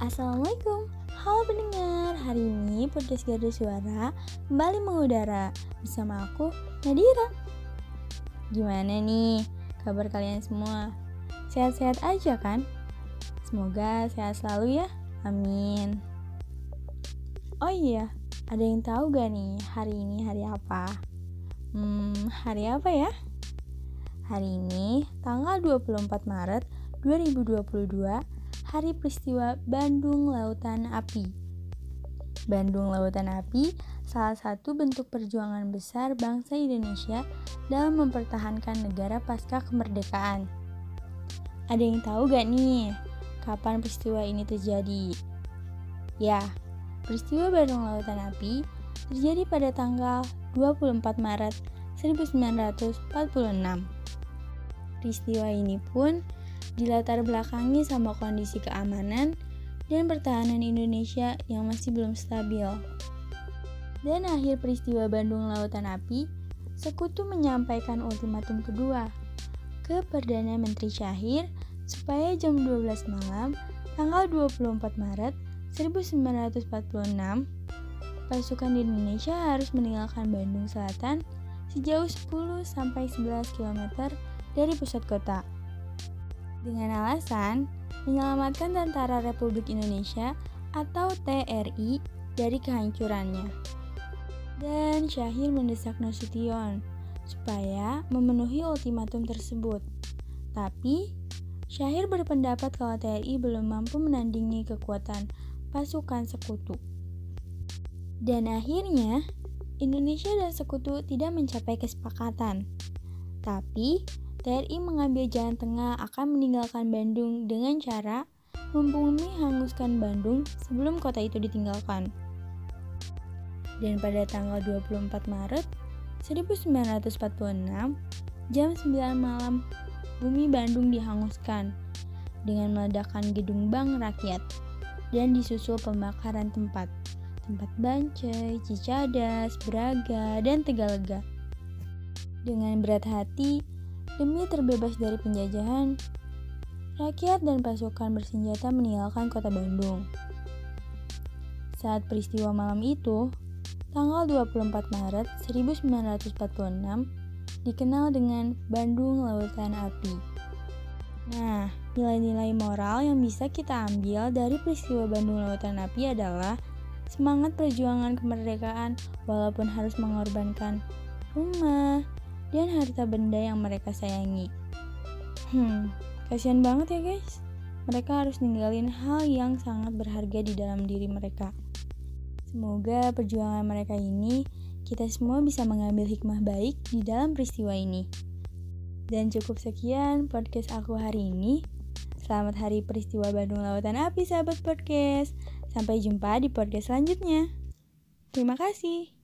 Assalamualaikum, halo pendengar. Hari ini podcast Garda Suara kembali mengudara bersama aku, Nadira. Gimana nih kabar kalian semua? Sehat-sehat aja kan? Semoga sehat selalu ya, amin. Oh iya, ada yang tahu gak nih hari ini hari apa? Hari apa ya? Hari ini tanggal 24 Maret 2022, hari peristiwa Bandung Lautan Api. Bandung Lautan Api salah satu bentuk perjuangan besar bangsa Indonesia dalam mempertahankan negara pasca kemerdekaan. Ada yang tahu gak nih kapan peristiwa ini terjadi? Ya, peristiwa Bandung Lautan Api terjadi pada tanggal 24 Maret 1946. Peristiwa ini pun dilatar belakangi sama kondisi keamanan dan pertahanan Indonesia yang masih belum stabil. Dan akhir peristiwa Bandung Lautan Api, Sekutu menyampaikan ultimatum kedua ke Perdana Menteri Syahir supaya jam 12 malam tanggal 24 Maret 1946 pasukan Indonesia harus meninggalkan Bandung Selatan sejauh 10-11 km dari pusat kota. Dengan alasan menyelamatkan Tentara Republik Indonesia atau TRI dari kehancurannya. Dan Syahir mendesak Nasution supaya memenuhi ultimatum tersebut. Tapi Syahir berpendapat kalau TRI belum mampu menandingi kekuatan pasukan Sekutu. Dan akhirnya Indonesia dan Sekutu tidak mencapai kesepakatan. Tapi TRI mengambil jalan tengah akan meninggalkan Bandung dengan cara membumi hanguskan Bandung sebelum kota itu ditinggalkan. Dan pada tanggal 24 Maret 1946, jam 9 malam, bumi Bandung dihanguskan dengan meledakkan gedung bank rakyat dan disusul pembakaran tempat Bancai, Cicadas, Braga, dan Tegalega. Dengan berat hati, demi terbebas dari penjajahan, rakyat dan pasukan bersenjata meninggalkan kota Bandung. Saat peristiwa malam itu, tanggal 24 Maret 1946, dikenal dengan Bandung Lautan Api. Nah, nilai-nilai moral yang bisa kita ambil dari peristiwa Bandung Lautan Api adalah semangat perjuangan kemerdekaan walaupun harus mengorbankan rumah dan harta benda yang mereka sayangi. Kasihan banget ya guys. Mereka harus ninggalin hal yang sangat berharga di dalam diri mereka. Semoga perjuangan mereka ini kita semua bisa mengambil hikmah baik di dalam peristiwa ini. Dan cukup sekian podcast aku hari ini. Selamat hari peristiwa Bandung Lautan Api sahabat podcast. Sampai jumpa di podcast selanjutnya. Terima kasih.